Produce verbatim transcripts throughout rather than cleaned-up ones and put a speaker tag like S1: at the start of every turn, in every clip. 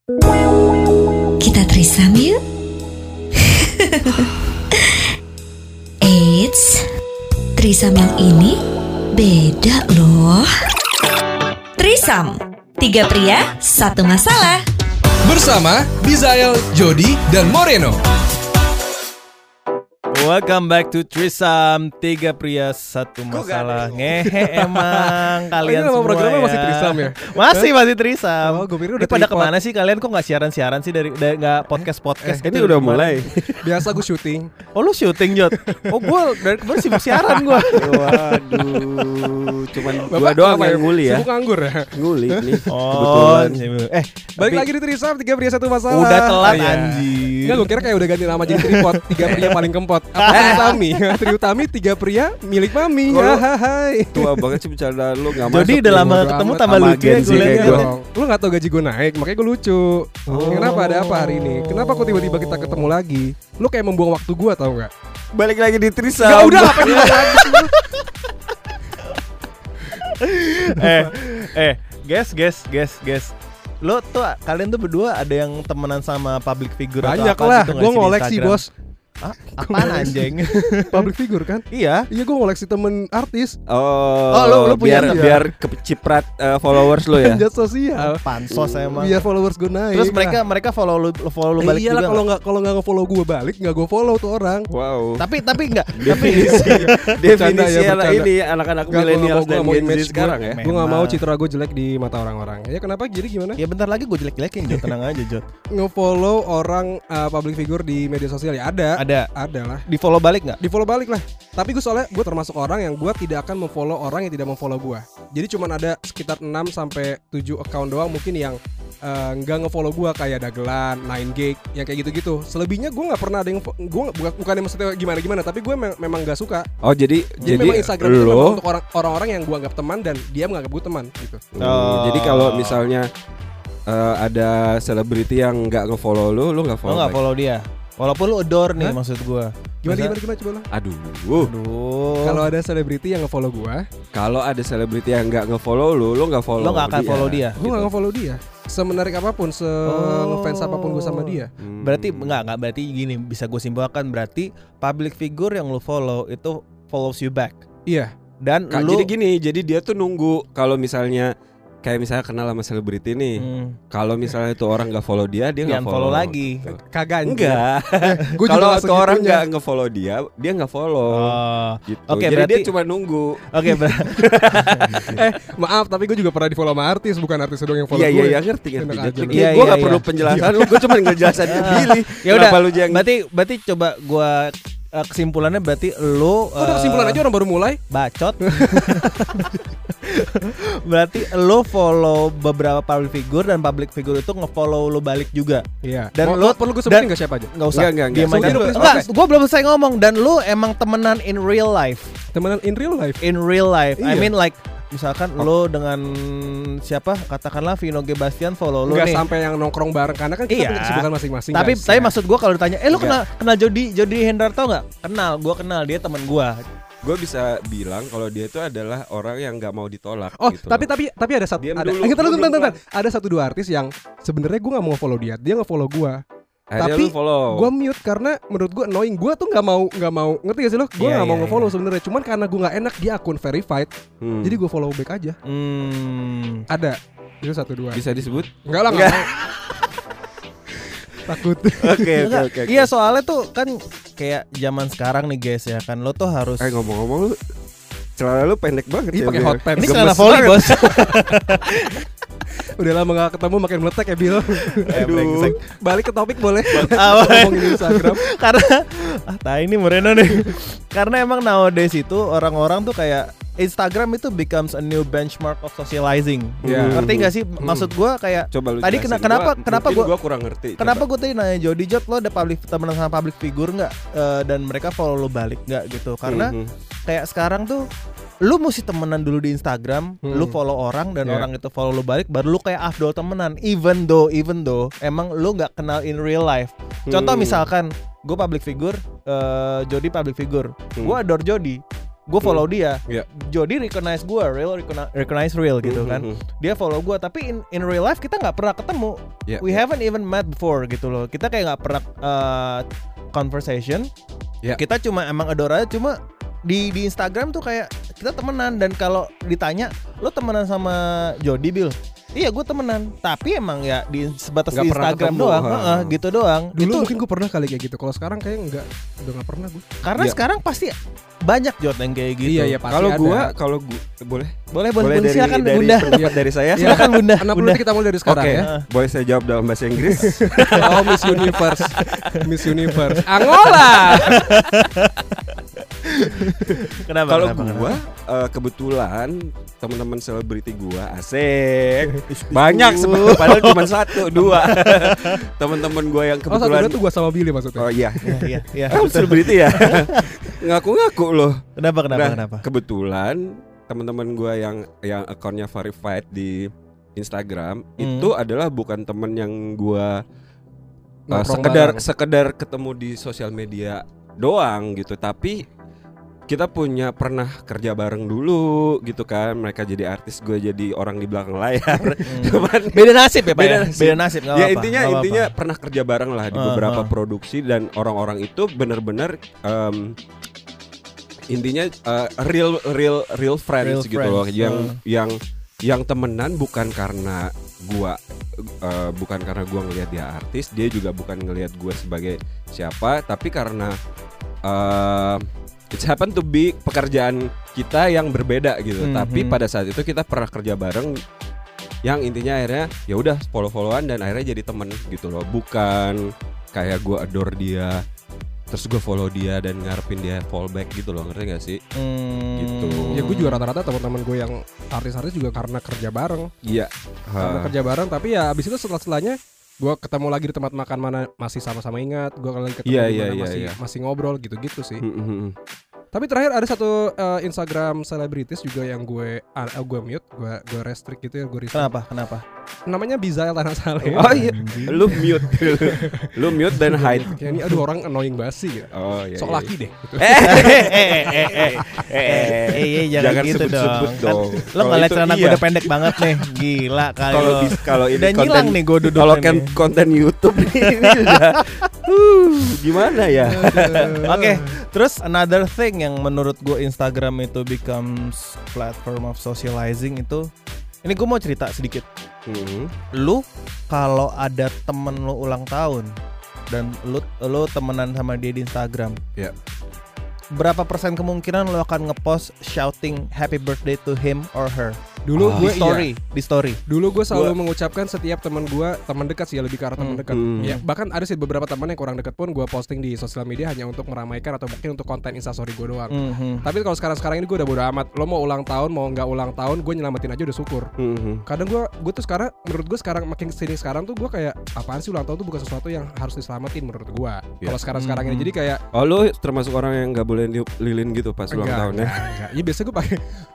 S1: Kita threesome yuk. Eits, threesome yang ini beda loh. Threesome, tiga pria, satu masalah.
S2: Bersama Bizael, Jody, dan Moreno.
S3: Welcome back to Threesome, tiga pria satu masalah. Ngehe emang kalian
S4: semua programnya
S3: ya.
S4: masih Threesome ya?
S3: Masih masih Threesome.
S4: Oh, gue pikir udah
S3: Ini pada
S4: tripod.
S3: kemana sih kalian? Kok nggak siaran-siaran sih dari, dari nggak podcast-podcast?
S4: Eh,
S3: gitu?
S4: ini udah mulai. Biasa gue syuting.
S3: Oh lu syuting Jod? Oh gue dari kemarin sibuk siaran gue.
S5: Waduh, cuman
S4: Bapak
S5: gua doang
S4: apa
S5: yang nguli ya.
S4: Sibuk nganggur ya?
S5: Nguli nih.
S3: Oh,
S5: Kebetulan.
S3: eh
S4: Balik
S3: tapi
S4: lagi di Threesome, tiga pria satu masalah.
S3: udah telat
S4: Oh, iya.
S3: anjir.
S4: Enggak, gue kira kayak udah ganti nama jadi tripod. Tiga pria paling kempot. Apa Triutami? Triutami tiga pria milik mami.
S5: Kalau-
S4: Hai.
S5: Tua banget sih bercanda lu enggak masuk.
S3: Jadi udah lama
S4: bodo
S3: ketemu
S4: amat
S3: tambah
S5: sama
S3: lucu ya
S5: Gen Z
S3: gue
S5: kayak
S3: liat.
S5: gua.
S4: Dong. Lu gak tau gaji gue naik, makanya gue lucu.
S3: Oh.
S4: Kenapa ada apa hari ini? Kenapa kok tiba-tiba kita ketemu lagi? Lu kayak membuang waktu gue, tau gak?
S5: Balik lagi di Threesome.
S4: Gak udah, apa dia lagi sih lu?
S3: eh eh guys guys guys guys lo tuh kalian tuh berdua ada yang temenan sama public figure
S4: Banyak
S3: atau apa
S4: lah,
S3: gitu nggak
S4: gue
S3: sih di
S4: ngoleksi
S3: Instagram?
S4: bos.
S3: Ah, apaan anjing?
S4: Public figure kan?
S3: Iya.
S4: Iya, gue ngoleksi temen artis.
S5: Oh,
S3: Oh, lu- lu punya
S5: biar
S3: tuh?
S5: biar keciprat eh, followers lu ya.
S4: Penjat sosial.
S3: Pansos emang.
S4: Biar followers gue naik.
S3: Terus mereka mereka follow lu follow lu
S4: Eh,
S3: balik
S4: iyalah,
S3: juga.
S4: kalau
S3: nggak?
S4: nggak kalau nggak nge-follow gue balik, nggak gue follow tuh orang.
S5: Wow.
S3: Tapi tapi enggak. tapi
S5: Definisi
S4: Bercanda
S5: definisi
S4: ya,
S5: anak
S4: bercanda.
S5: ini anak-anak
S4: Nggak, gua
S5: milenial
S4: nggak mau-
S5: dan
S4: gua mau
S5: Gen Z
S4: image
S5: sekarang
S4: gua.
S5: ya.
S4: Gue nggak mau
S3: Memang.
S4: citra gue jelek di mata orang-orang. Ya kenapa? Jadi gimana?
S3: ya bentar lagi gue jelek-jelekin Jod, tenang aja Jod.
S4: Nge-follow orang uh, public figure di media sosial ya ada.
S3: Ada.
S4: Ada lah.
S3: Di follow balik enggak?
S4: Di follow balik lah. Tapi gue soalnya gue termasuk orang yang gue tidak akan memfollow orang yang tidak memfollow gue. Jadi cuman ada sekitar enam sampai tujuh account doang mungkin yang uh, nggak ngefollow gue, kayak Dagelan, nine gig, yang kayak gitu-gitu. Selebihnya gue nggak pernah ada yang gue bukan bukannya maksudnya gimana-gimana, tapi gue me- memang nggak suka.
S5: Oh, jadi
S4: Jadi,
S5: jadi,
S4: memang Instagram itu memang
S5: lo
S4: untuk orang orang-orang yang gue anggap teman dan dia menganggap gue teman gitu.
S5: Hmm,
S3: Oh.
S5: jadi kalau misalnya eh, ada selebriti yang nggak nge-follow lu, lu nggak
S3: Lo
S5: follow.
S3: enggak
S5: back?
S3: follow dia. Walaupun lu adore nih
S4: Hah?
S3: maksud gue.
S4: Gimana gimana gimana coba lo?
S5: Aduh.
S3: Aduh.
S4: Kalau ada selebriti yang nge-follow gue,
S5: Kalau ada selebriti yang nggak nge-follow lu, lu nggak follow.
S3: Lo nggak akan follow dia.
S4: gue nggak nge-follow dia. Semenarik apapun, se ngefans apapun gue sama dia.
S5: Hmm.
S3: Berarti enggak enggak berarti gini, bisa gue simpulkan berarti public figure yang lu follow itu follows you back.
S4: Iya.
S3: Dan
S5: Kak,
S3: lu
S5: jadi gini, jadi dia tuh nunggu kalau misalnya kayak misalnya kenal sama selebriti nih.
S3: Hmm,
S5: Kalau misalnya itu orang nggak follow dia, dia nggak
S3: jangan
S5: follow.
S3: follow lagi.
S4: Kagak anjir.
S5: Enggak.
S4: Gue juga
S5: Kalau
S4: nggak
S5: itu orang
S4: segitunya.
S5: nggak nge-follow dia, dia nggak follow.
S3: Oh.
S5: Gitu.
S3: Oke,
S5: Jadi
S3: berarti-
S5: dia cuma nunggu.
S3: Oke, ber-
S4: Eh maaf, tapi gue juga pernah di follow sama artis, bukan artis doang yang follow
S5: Iya
S4: gue.
S5: iya iya ngerti ngerti.
S4: Enak aja lu.
S5: Iya,
S3: Iya,
S5: gue
S3: iya,
S5: nggak
S3: iya.
S5: perlu penjelasan lu, gue cuma ngejelasin ke Billy.
S3: ya udah.
S5: Kenapa lu yang
S3: Berarti berarti coba gua eh, kesimpulannya berarti lu
S4: Oh, udah
S3: eh,
S4: kesimpulan aja orang baru mulai.
S3: bacot. Berarti lu follow beberapa public figure dan public figure itu nge-follow lu balik juga.
S4: Iya.
S3: Dan
S4: Mau-
S3: lu-
S4: perlu gue
S3: dan-
S4: sebutin nggak siapa aja?
S3: Enggak usah.
S5: Enggak, enggak,
S3: Diam
S5: enggak.
S3: aja
S4: Sebutin
S3: dulu.
S4: dulu,
S3: Enggak,
S4: please.
S3: gua belum selesai ngomong dan lu emang temenan in real life.
S4: Temenan in real life.
S3: In real life. I
S4: Iya.
S3: mean like misalkan lu dengan siapa katakanlah Vino G Bastian follow lu
S4: Enggak
S3: nih.
S4: sampai yang nongkrong bareng karena kan kita
S3: Iya.
S4: punya kesibukan masing-masing.
S3: Tapi
S4: guys,
S3: tapi
S4: ya.
S3: maksud gua kalau ditanya, "Eh lu kenal
S5: Enggak.
S3: kenal Jody Jody Hendarto enggak?" Kenal, gua kenal, dia teman gua.
S5: gue bisa bilang kalau dia itu adalah orang yang nggak mau ditolak.
S4: Oh,
S5: gitu
S4: tapi
S5: loh.
S4: tapi tapi ada satu
S5: Diam
S4: ada
S5: dulu,
S4: eh, bentar,
S5: gua
S4: bentar,
S5: belum
S4: bentar, bentar. Ada satu dua artis yang sebenarnya gue nggak mau follow dia, dia nggak follow gue.
S5: Akhirnya
S4: tapi
S5: lu follow.
S4: Gue mute karena menurut gue annoying. Gue tuh nggak mau nggak mau ngerti gak sih lo? Gue
S3: Iya,
S4: nggak mau
S3: iya,
S4: nge-follow
S3: iya.
S4: sebenarnya. Cuman karena gue nggak enak dia akun verified,
S5: Hmm.
S4: jadi gue follow back aja.
S3: Hmm.
S4: Ada itu satu dua.
S5: bisa disebut?
S4: Enggak lah, enggak. Takut.
S5: Oke oke
S3: Enggak,
S5: oke.
S3: Iya soalnya tuh kan kayak zaman sekarang nih guys ya kan, lo tuh harus
S5: Eh ngomong-ngomong lu celana lu pendek banget
S4: Iya,
S5: ya.
S4: pakai
S5: Bill.
S4: hot pants.
S3: ini
S5: Gemes
S3: celana volley
S5: banget.
S3: bos.
S4: Udah lama gak ketemu makin meletek ya Bill.
S3: brengsek.
S4: Balik ke topik boleh.
S3: Apa?
S4: Ngomongin Instagram.
S3: Karena ah tai ini Moreno nih. Karena emang nowadays itu orang-orang tuh kayak Instagram itu becomes a new benchmark of socializing.
S4: Iya.
S3: Ngerti gak sih? Maksud gua kayak
S5: Coba lu
S3: tadi
S5: jelasin.
S3: kena- kenapa
S5: Gua-
S3: kenapa
S5: mungkin
S3: gua
S5: gua kurang ngerti.
S3: Kenapa
S5: Coba.
S3: gue tadi nanya Jody Jot, lo ada public temenan sama public figure nggak? Eh, dan mereka follow lo balik nggak gitu? Karena
S5: Mhm.
S3: kayak sekarang tuh lu mesti temenan dulu di Instagram,
S4: Hmm.
S3: lu follow orang dan
S4: Yeah.
S3: orang itu follow lu balik, baru lu kayak afdol temenan. Even though, even though emang lu nggak kenal in real life. Contoh
S5: Hmm.
S3: misalkan gue public figure, eh Jody public figure,
S5: Hmm.
S3: gue adore Jody, gue follow
S5: Hmm.
S3: dia.
S5: Iya.
S3: Jody recognize gue, real recognize, recognize real gitu
S5: Mhm,
S3: kan.
S5: mhm.
S3: Dia follow gue, tapi in in real life kita nggak pernah ketemu.
S5: Iya,
S3: We
S5: iya.
S3: haven't even met before gitu loh. Kita kayak nggak pernah uh, conversation.
S5: Iya.
S3: Kita cuma emang adore aja. Cuma di di Instagram tuh kayak kita temenan, dan kalau ditanya lo temenan sama Jody, Bill? Iya, gue temenan. Tapi emang ya di sebatas
S5: Nggak
S3: di
S5: pernah
S3: Instagram
S5: ketemu,
S3: doang,
S5: ha.
S3: heeh, gitu doang.
S4: Dulu
S3: Itu
S4: mungkin gue pernah kali kayak gitu. Kalau sekarang kayak enggak, udah nggak pernah gue.
S3: karena
S5: Iya.
S3: sekarang pasti banyak Jod yang kayak gitu.
S4: Iya, iya, pasti
S5: Kalau
S4: ada.
S5: gua, kalau gua boleh,
S3: Boleh, boleh, boleh,
S5: dari,
S3: silakan
S5: dari
S3: Bunda.
S5: pendapat dari saya.
S3: Silakan Bunda.
S4: Enam puluh
S3: Bunda.
S4: detik kita mulai dari sekarang
S5: Oke,
S4: ya.
S5: boleh saya jawab dalam bahasa Inggris?
S4: Oh, Miss Universe. Miss Universe. Angola.
S3: Kenapa?
S5: Kalau
S3: kenapa,
S5: gua eh, kebetulan teman-teman selebriti gua asik banyak sebenarnya, padahal cuma satu dua teman-teman gua yang
S4: Oh, satu
S5: kebetulan.
S4: dua tuh gue sama Billy maksudnya.
S5: Oh iya,
S3: kenapa? Iya, iya.
S5: kamu selebriti ya? Ngaku-ngaku loh.
S3: Kenapa? Kenapa?
S5: Nah,
S3: Kenapa?
S5: kebetulan teman-teman gua yang yang akunnya verified di Instagram
S3: Hmm.
S5: itu adalah bukan teman yang gua uh,
S4: Nongkrong
S5: sekedar
S4: bareng.
S5: sekedar ketemu di sosial media doang gitu, tapi kita punya pernah kerja bareng dulu gitu kan. Mereka jadi artis, gue jadi orang di belakang layar. Cuman
S3: Beda nasib ya, Pak.
S5: Beda
S3: ya?
S5: nasib.
S3: Beda nasib. nggak
S5: ya
S3: apa-apa,
S5: intinya
S3: nggak
S5: intinya
S3: apa-apa.
S5: pernah kerja bareng lah di
S3: Uh,
S5: beberapa
S3: uh.
S5: produksi, dan orang-orang itu benar-benar em, intinya uh, real real real friends
S3: Real
S5: gitu
S3: friends,
S5: loh, yang
S3: uh.
S5: yang yang temenan bukan karena gua uh, bukan karena gua ngelihat dia artis, dia juga bukan ngelihat gua sebagai siapa, tapi karena uh, it happen to be pekerjaan kita yang berbeda gitu.
S3: Mhm.
S5: Tapi pada saat itu kita pernah kerja bareng, yang intinya akhirnya ya udah follow-followan dan akhirnya jadi temen gitu loh. Bukan kayak gue adore dia terus gue follow dia dan ngarepin dia fallback gitu loh, ngerti gak sih?
S3: Hmm.
S5: Gitu.
S4: Ya gue juga rata-rata teman-teman gue yang artis-artis juga karena kerja bareng.
S5: Iya.
S4: Karena
S5: Ha.
S4: kerja bareng, tapi ya abis itu setelah-setelahnya gue ketemu lagi di tempat makan mana masih sama-sama ingat, gue kalian ketemu
S5: Iya,
S4: di
S5: iya,
S4: mana
S5: iya,
S4: masih
S5: iya.
S4: masih ngobrol gitu-gitu sih.
S5: Hmm, hmm, hmm.
S4: Tapi terakhir ada satu uh, Instagram selebritis juga yang gue uh, gue mute, gue gue restrict gitu ya, gue restrict.
S3: Kenapa? Kenapa?
S4: Namanya Bizael Tanah Saleh.
S5: Oh iya, lu mute, lu mute dan hide.
S4: Kayak ini aduh orang annoying banget sih gitu.
S5: Oh iya.
S4: Sok
S5: iya.
S4: laki deh gitu.
S3: Eh, eh, eh, eh, eh, eh, eh, jangan gitu
S5: sebut-sebut
S3: dong.
S5: dong.
S3: Kan lo
S5: Kalau
S3: ngeliat
S5: itu
S3: celana gue
S5: iya.
S3: udah pendek banget nih, gila kali
S5: Kalau
S3: lo.
S5: bis- kalau ini
S3: Udah
S5: konten
S3: nyilang nih gue duduk
S5: kalau
S3: ini.
S5: kan konten YouTube nih, ini udah uh, gimana ya?
S3: Oke, terus another thing yang menurut gue Instagram itu becomes platform of socializing itu, ini gue mau cerita sedikit.
S5: Hmm.
S3: Lu kalau ada temen lu ulang tahun dan lu lu temenan sama dia di Instagram,
S5: Ya.
S3: berapa persen kemungkinan lu akan ngepost shouting happy birthday to him or her?
S4: Dulu
S5: Ah.
S4: gue
S3: Di story,
S4: iya.
S3: di story.
S4: Dulu gue selalu
S5: Gua-
S4: mengucapkan setiap teman gue, teman dekat sih ya, lebih ke arah teman
S3: Hmm.
S4: dekat.
S5: Hmm.
S4: Ya, bahkan ada sih beberapa teman yang kurang dekat pun gue posting di sosial media hanya untuk meramaikan atau mungkin untuk konten instastory gue doang.
S3: Mhm.
S4: Tapi kalau sekarang-sekarang ini gue udah bodo amat. Lo mau ulang tahun mau nggak ulang tahun, gue nyelamatin aja udah syukur.
S5: Hmm.
S4: Kadang gue gue tuh sekarang menurut gue sekarang makin kesini sekarang tuh gue kayak apaan sih ulang tahun tuh bukan sesuatu yang harus diselamatin menurut gue.
S5: Ya.
S4: Kalau sekarang-sekarang ini
S3: Mhm.
S4: jadi kayak
S5: Oh, lu termasuk orang yang nggak boleh niup lilin gitu pas ulang
S4: enggak,
S5: tahun ya?
S4: enggak, enggak. Ya biasa gue pakai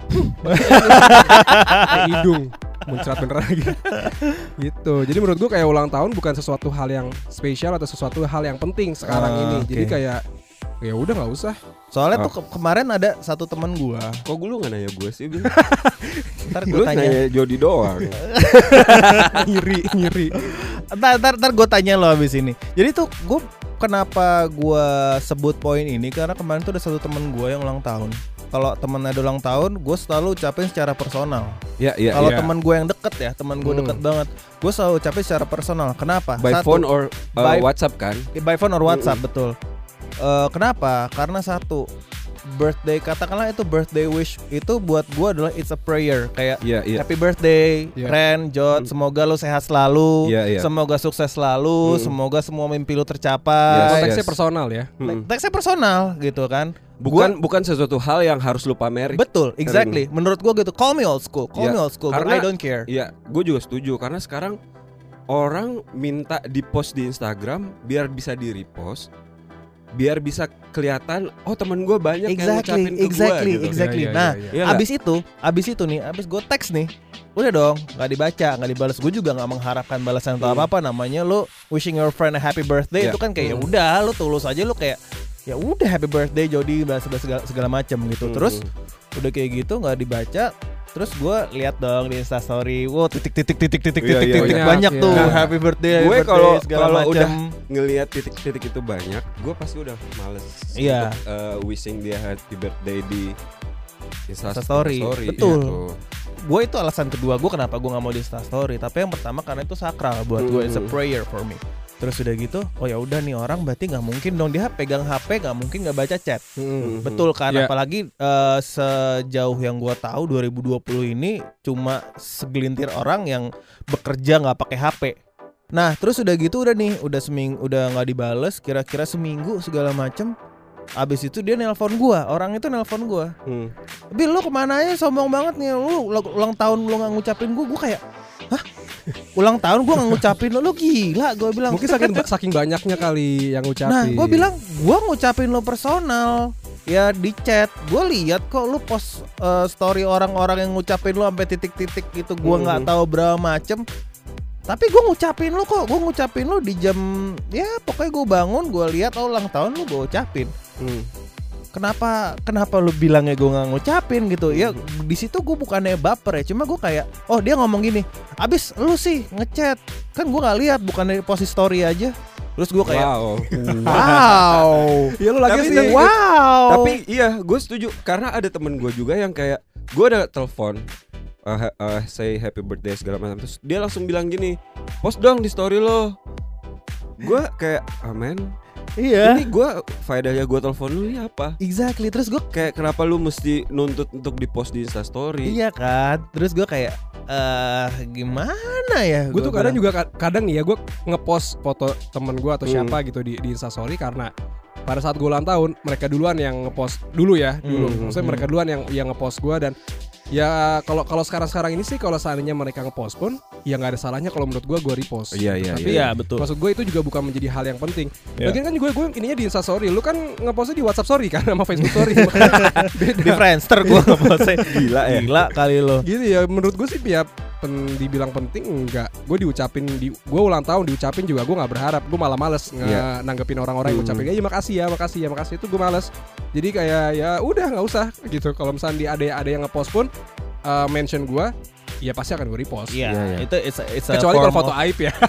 S4: kayak hidung muncrat bener lagi gitu. Jadi menurut gue kayak ulang tahun bukan sesuatu hal yang spesial atau sesuatu hal yang penting sekarang
S3: Ah,
S4: ini.
S3: oke.
S4: Jadi kayak ya udah nggak usah.
S3: Soalnya
S5: Oh.
S3: tuh ke- kemarin ada satu temen gua.
S5: Kok gue lu nggak nanya gue sih? Bil?
S3: Ntar
S5: Lu
S3: gue tanya.
S5: nanya Jody doang.
S4: Ngiri ngiri.
S3: Ntar, ntar, ntar gue tanya lo abis ini. Jadi tuh gue kenapa gue sebut poin ini karena kemarin tuh ada satu temen gue yang ulang tahun. Kalau temen ada ulang tahun, gue selalu ucapin secara personal.
S5: Ya, ya.
S3: Kalau
S4: iya.
S3: temen gue yang deket ya, temen gue
S4: Hmm.
S3: deket banget, gue selalu ucapin secara personal. Kenapa?
S5: By
S3: Satu,
S5: phone or uh,
S3: By-
S5: WhatsApp kan?
S3: by phone or WhatsApp, betul. Eh, kenapa? Karena satu, birthday, katakanlah itu birthday wish itu buat gue adalah it's a prayer. Kayak
S5: Iya, iya.
S3: happy birthday,
S4: Iya.
S3: Ren, Jod, semoga lo sehat selalu,
S5: Iya, iya.
S3: semoga sukses selalu,
S5: Hmm.
S3: semoga semua mimpi lo tercapai.
S5: Yes,
S4: Konteksnya
S5: yes.
S4: personal ya.
S5: Hmm.
S3: Teksnya personal gitu kan.
S5: Bukan bukan sesuatu hal yang harus lu pamerin.
S3: Betul, exactly. Menurut gua gitu. Call me old school, call
S5: Iya,
S3: me old school, but
S5: karena-
S3: I don't care.
S5: Iya, gue juga setuju karena sekarang orang minta di post di Instagram biar bisa di repost, biar bisa kelihatan oh temen gue banyak yang
S3: Exactly,
S5: ngucapin ke
S3: exactly,
S5: gue gitu.
S3: exactly.
S4: Iya, iya,
S3: Nah,
S4: iya,
S5: iya. Iya
S3: abis itu, abis itu nih, abis gue teks nih, udah dong, nggak dibaca, nggak dibalas. Gue juga nggak mengharapkan balasan atau
S5: Hmm.
S3: apa apa. Namanya lo wishing your friend a happy birthday
S5: Iya.
S3: itu kan kayak ya
S4: Hmm.
S3: udah, lo tulus aja lo kayak ya udah happy birthday Jody segala segala macam gitu.
S5: Hmm.
S3: Terus udah kayak gitu nggak dibaca. Terus gue lihat dong di Instastory, wow titik titik titik titik
S5: Iya,
S3: titik
S5: iya,
S3: titik
S4: iya.
S3: banyak
S4: Iya.
S3: tuh
S5: Nah,
S3: happy birthday, happy
S5: gue
S3: birthday,
S5: kalau
S3: segala
S5: kalau
S3: macam.
S5: udah ngelihat titik-titik itu banyak, gue pasti udah males
S3: Iya.
S5: untuk uh, wishing dia happy birthday di Insta
S3: Instastory.
S5: Story,
S3: Betul.
S5: gitu.
S3: Gue itu alasan kedua gue kenapa gue nggak mau di Instastory. Tapi yang pertama karena itu sakral buat gue, it's a
S5: Hmm.
S3: prayer for me. Terus udah gitu, oh ya udah nih orang berarti nggak mungkin dong dia pegang H P, nggak mungkin nggak baca chat.
S4: Hmm.
S3: Betul kan?
S4: Iya.
S3: Apalagi eh, sejauh yang gue tahu dua ribu dua puluh ini cuma segelintir orang yang bekerja nggak pakai H P. Nah terus udah gitu udah nih, udah seminggu udah nggak dibales, kira-kira seminggu segala macem. Abis itu dia nelpon gue, orang itu nelpon gue.
S5: Hmm.
S3: Bil lu kemana aja sombong banget nih, lu ulang, ulang tahun lu nggak ngucapin gue, gue kayak hah? Ulang tahun gue nggak ngucapin lu, lu gila, gue bilang.
S4: Mungkin saking saking banyaknya kali yang ngucapin.
S3: Nah, gue bilang gue ngucapin lo personal, ya di chat. Gue lihat kok lu post uh, story orang-orang yang ngucapin lo sampai titik-titik itu, gue nggak
S5: Hmm.
S3: tahu berapa macem. Tapi gue ngucapin lo kok, gue ngucapin lo di jam, ya pokoknya gue bangun, gue lihat oh ulang tahun lu, gue ucapin.
S5: Hmm.
S3: Kenapa kenapa lu bilangnya gue nggak ngucapin gitu? Ya di situ gue bukannya baper ya, cuma gue kayak oh dia ngomong gini, abis lu sih ngechat, kan gue nggak lihat, bukannya post story aja. Terus gue kayak
S5: Wow.
S3: wow.
S4: ya lu lagi
S5: Tapi-
S4: sih.
S5: tapi-
S3: Wow.
S5: Tapi iya, gue setuju karena ada temen gue juga yang kayak gue ada telepon uh, ha- uh, say happy birthday segala macam, terus dia langsung bilang gini, post dong di story lo. Gue kayak amen.
S3: iya.
S5: Ini gue faedahnya gue telepon lu ini apa?
S3: Exactly. Terus gue
S5: Kayak kenapa lu mesti nuntut untuk di post di Insta Story?
S3: iya kan. Terus gue kayak eh gimana ya?
S4: Gue tuh
S3: Gua
S4: kadang
S3: bilang,
S4: juga ka- kadang nih ya gue ngepost foto temen gue atau
S5: Hmm.
S4: siapa gitu di di Instastory karena pada saat gue ulang tahun mereka duluan yang ngepost dulu ya dulu.
S3: Hmm,
S4: Maksudnya
S3: hmm.
S4: mereka duluan yang yang ngepost gue dan ya kalau kalau sekarang-sekarang ini sih kalau seandainya mereka ngepost pun ya nggak ada salahnya kalau menurut gue gue repost.
S5: Iya, iya,
S4: Tapi
S3: iya betul.
S4: maksud gue itu juga bukan menjadi hal yang penting.
S3: Iya.
S4: Lagian kan gue gue ininya di Instastory, lu kan ngepostnya di WhatsApp Story kan sama Facebook Story.
S3: Di Friendster gue nge-postnya.
S5: Gila ya.
S3: Gila kali lo.
S4: Gitu ya menurut gue sih ya pen, dibilang penting enggak. Gue diucapin di gue ulang tahun diucapin juga gue nggak berharap. Gue malah males nge-
S5: Iya.
S4: nanggepin orang-orang yang
S5: Hmm.
S4: ngucapin ya makasih ya makasih ya makasih itu gue males. Jadi kayak ya udah nggak usah gitu. Kalau misalnya di ada ada yang ngepost pun uh, mention gue, ya pasti akan gue repost.
S3: Iya,
S5: Iya, iya.
S3: itu it's a, it's a
S4: Kecuali kalau
S3: form
S4: foto
S3: of-
S4: aib ya.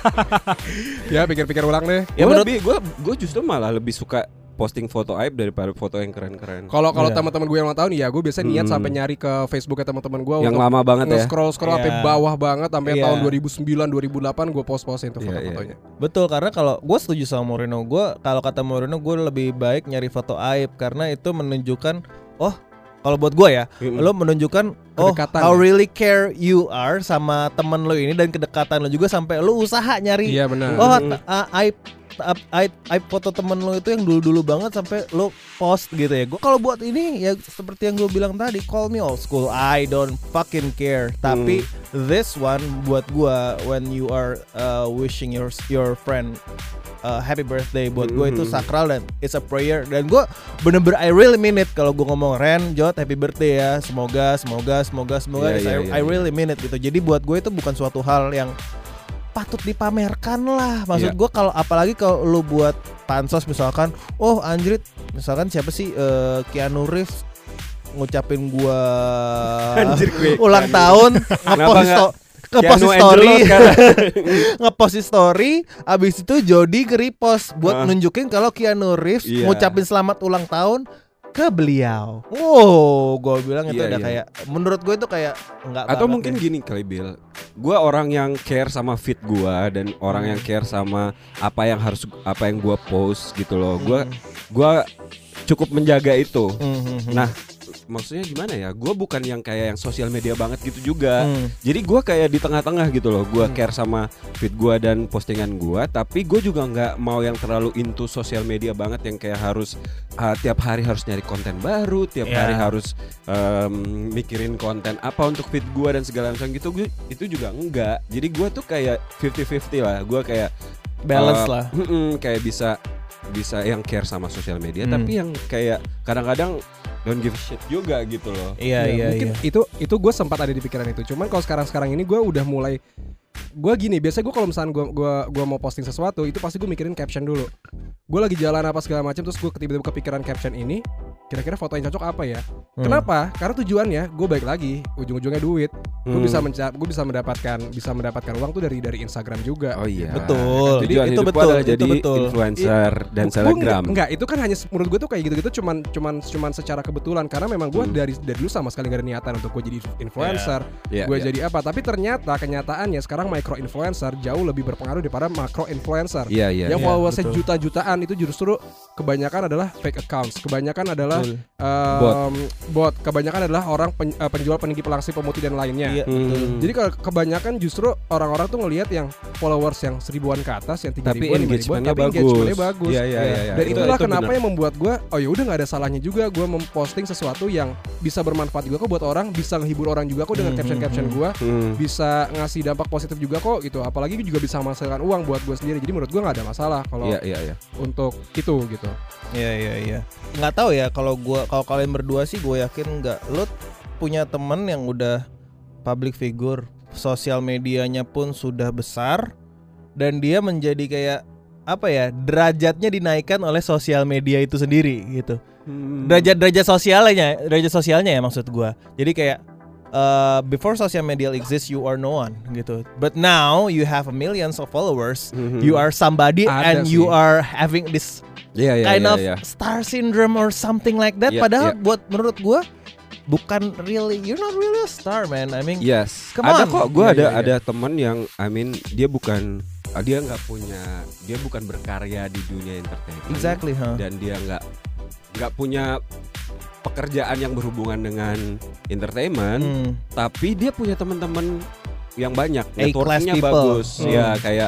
S4: Ya pikir-pikir ulang deh.
S3: Ya,
S5: gue
S3: menurut-
S5: lebih gue gue justru malah lebih suka posting foto aib daripada foto yang keren-keren.
S4: Kalau kalau
S3: Iya.
S4: teman-teman gue yang ulang tahun ya gue biasanya niat
S5: Hmm.
S4: sampai nyari ke Facebooknya teman-teman gue
S5: Yang
S4: untuk
S5: lama banget ya.
S4: nge-scroll scroll sampai
S3: Iya.
S4: bawah banget sampai
S3: Iya.
S4: tahun dua ribu sembilan dua ribu delapan gue post-postin tuh
S5: Iya,
S4: foto-fotonya.
S3: Betul, karena kalau gue setuju sama Moreno, gue kalau kata Moreno gue lebih baik nyari foto aib karena itu menunjukkan oh kalau buat gue ya,
S5: Mm.
S3: lo menunjukkan oh
S4: Kedekatan
S3: how
S4: ya?
S3: really care you are sama temen lo ini dan kedekatan lo juga sampai lo usaha nyari
S4: Iya benar.
S3: oh
S5: Mm.
S3: t- uh, aib ap- aib aib foto temen lo itu yang dulu-dulu banget sampai lo post gitu ya. Gue kalau buat ini ya seperti yang gue bilang tadi, call me old school, I don't fucking care. Tapi this one buat gue when you are uh, wishing your your friend uh, happy birthday, buat gue itu
S5: Mhm.
S3: sakral dan it's a prayer. Dan gue bener-bener I really mean it kalau gue ngomong Ren, Jod, happy birthday ya. Semoga, semoga, semoga, semoga.
S5: Iya,
S3: It's-
S5: iya,
S3: I,
S5: iya,
S3: I
S5: iya.
S3: really mean it gitu. Jadi buat gue itu bukan suatu hal yang patut dipamerkan lah. Maksud
S5: Iya.
S3: gue kalau apalagi kalau lu buat pansos misalkan, oh anjrit, misalkan siapa sih uh, Keanu Reeves ngucapin gua
S5: Anjir gue.
S3: ulang tahun, ngepost
S5: nggak
S3: sto- ngepost
S5: Keanu
S3: story,
S5: Angelo sekarang.
S3: ngepost story, abis itu Jody nge-repost buat
S5: Ah.
S3: nunjukin kalau Keanu Reeves
S5: Iya.
S3: ngucapin selamat ulang tahun ke beliau. Wow, gue bilang itu
S5: Iya,
S3: udah
S5: iya.
S3: kayak, menurut gue itu kayak enggak.
S5: Atau
S3: banget
S5: mungkin
S3: deh.
S5: gini kali Bill, gue orang yang care sama fit gue dan orang yang care sama apa yang harus apa yang gue post gitu loh. Gue
S3: Hmm.
S5: gue cukup menjaga itu.
S3: Hmm, hmm, hmm.
S5: Nah, maksudnya gimana ya? Gue bukan yang kayak yang sosial media banget gitu juga.
S3: Hmm.
S5: Jadi gue kayak di tengah-tengah gitu loh. Gue
S3: Hmm.
S5: care sama feed gue dan postingan gue, tapi gue juga nggak mau yang terlalu into sosial media banget yang kayak harus uh, tiap hari harus nyari konten baru, tiap
S3: Ya.
S5: hari harus um, mikirin konten apa untuk feed gue dan segala macam gitu. Gue itu juga enggak. Jadi gue tuh kayak fifty fifty lah. Gue kayak
S3: Balance
S5: uh,
S3: lah.
S5: mm-mm, kayak bisa bisa yang care sama sosial media,
S3: Hmm.
S5: tapi yang kayak kadang-kadang don't give a shit juga gitu loh.
S3: Iya,
S4: Ya,
S3: iya,
S4: mungkin
S3: iya.
S4: itu itu gue sempat ada di pikiran itu. Cuman kalau sekarang-sekarang ini gue udah mulai gue gini, biasanya gue kalau misalnya gue gua gua mau posting sesuatu itu pasti gue mikirin caption dulu. Gue lagi jalan apa segala macam, terus gue tiba-tiba kepikiran caption ini, kira-kira foto yang cocok apa ya? Hmm. Kenapa? Karena tujuannya gue balik lagi, ujung-ujungnya duit. Gue hmm. bisa menca- gue bisa mendapatkan bisa mendapatkan uang tuh dari dari Instagram juga.
S5: Oh iya.
S3: Betul.
S5: Jadi
S3: itu betul.
S5: Jadi
S3: itu betul.
S5: influencer I, dan selebgram.
S4: Enggak, itu kan hanya menurut gue tuh kayak gitu-gitu cuman cuman cuman secara kebetulan karena memang gue hmm. dari dari dulu sama sekali gak ada niatan untuk gue jadi influencer. Yeah. Yeah, gue yeah. jadi apa? Tapi ternyata kenyataannya sekarang micro influencer jauh lebih berpengaruh daripada macro influencer.
S5: Yeah, yeah,
S4: yang
S5: yeah,
S4: followersnya juta-jutaan itu justru kebanyakan adalah fake accounts, kebanyakan adalah um, bot. bot, kebanyakan adalah orang pen, uh, penjual peninggi pelangsing pemutih dan lainnya.
S3: Iya, hmm.
S4: Jadi kalau kebanyakan justru orang-orang tuh ngelihat yang followers yang seribuan ke atas, yang tiga ribuan, lima ribuan, tapi engagementnya bagus.
S5: Ya, ya, ya, ya.
S4: Dan
S5: itu,
S4: itulah
S5: itu
S4: kenapa
S5: bener.
S4: yang membuat gue, oh ya udah nggak ada salahnya juga gue memposting sesuatu yang bisa bermanfaat juga kok buat orang, bisa menghibur orang juga kok dengan
S3: hmm,
S4: caption-caption
S3: hmm,
S4: gue,
S5: hmm.
S4: bisa ngasih dampak positif juga kok gitu. Apalagi juga bisa menghasilkan uang buat gue sendiri. Jadi menurut gue nggak ada masalah kalau
S5: ya, ya, ya.
S4: untuk itu gitu.
S3: Iya iya iya. Nggak tahu ya kalau gua kalau kalian berdua sih gue yakin nggak. Lo punya temen yang udah public figure, sosial medianya pun sudah besar dan dia menjadi kayak apa ya, derajatnya dinaikkan oleh sosial media itu sendiri gitu. Hmm. Derajat-derajat sosialnya, derajat sosialnya ya maksud gua. Jadi kayak uh, before social media exists you are no one gitu. But now you have a millions of followers. Mm-hmm. You are somebody Ada and sih. You are having this yeah, yeah, kind yeah, of yeah. star syndrome or something like that. Yeah, Padahal yeah. buat menurut gua bukan really, you're not really a star man. I mean,
S5: yes.
S3: Come
S5: ada
S3: on.
S5: kok, gue
S3: yeah,
S5: ada
S3: yeah,
S5: ada
S3: yeah.
S5: teman yang, I mean, dia bukan, dia nggak punya, dia bukan berkarya di dunia entertainment.
S3: Exactly, huh?
S5: Dan dia nggak nggak punya pekerjaan yang berhubungan dengan entertainment, hmm. tapi dia punya teman-teman yang banyak, networkingnya bagus, hmm. ya kayak.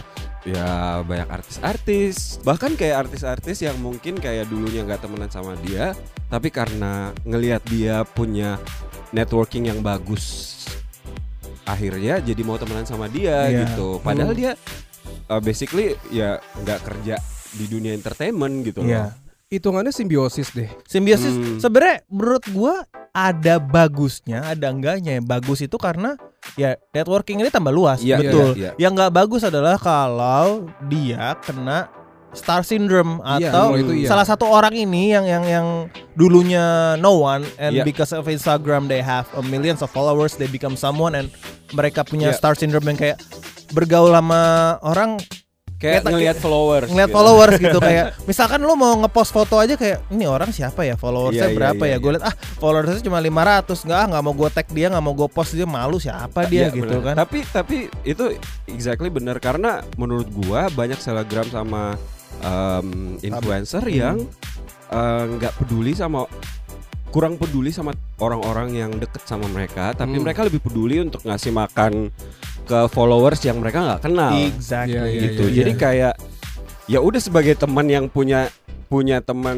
S5: Ya banyak artis-artis, bahkan kayak artis-artis yang mungkin kayak dulunya nggak temenan sama dia, tapi karena ngelihat dia punya networking yang bagus, akhirnya jadi mau temenan sama dia yeah. gitu. Padahal hmm. dia uh, basically ya nggak kerja di dunia entertainment gitu
S3: yeah.
S5: loh.
S4: Hitungannya simbiosis deh.
S3: Simbiosis
S5: hmm.
S3: sebenarnya menurut gua ada bagusnya, ada enggaknya. Bagus itu karena ya networking ini tambah luas,
S5: ya,
S3: betul.
S5: ya, ya.
S3: Yang nggak bagus adalah kalau dia kena star syndrome atau
S4: ya, itu iya.
S3: salah satu orang ini yang yang yang dulunya no one and
S5: ya.
S3: because of Instagram they have a millions of followers, they become someone and mereka punya
S5: ya.
S3: star syndrome yang kayak bergaul sama orang
S5: kayak ngelihat followers,
S3: ngelihat
S5: gitu.
S3: followers gitu kayak misalkan lu mau ngepost foto aja kayak ini orang siapa ya, followersnya
S5: yeah,
S3: berapa
S5: yeah,
S3: ya,
S5: yeah,
S3: gue liat ah followersnya cuma lima ratus, nggak ah nggak mau gue tag dia, nggak mau gue post dia, malu siapa dia
S5: ya,
S3: gitu
S5: bener.
S3: kan.
S5: Tapi tapi itu exactly benar karena menurut gua banyak selebgram sama um, influencer hmm. yang nggak uh, peduli sama kurang peduli sama orang-orang yang deket sama mereka, tapi hmm. mereka lebih peduli untuk ngasih makan ke followers yang mereka nggak kenal.
S3: Exactly.
S5: Yeah, yeah, gitu.
S3: Yeah, yeah.
S5: Jadi kayak ya udah sebagai teman yang punya punya teman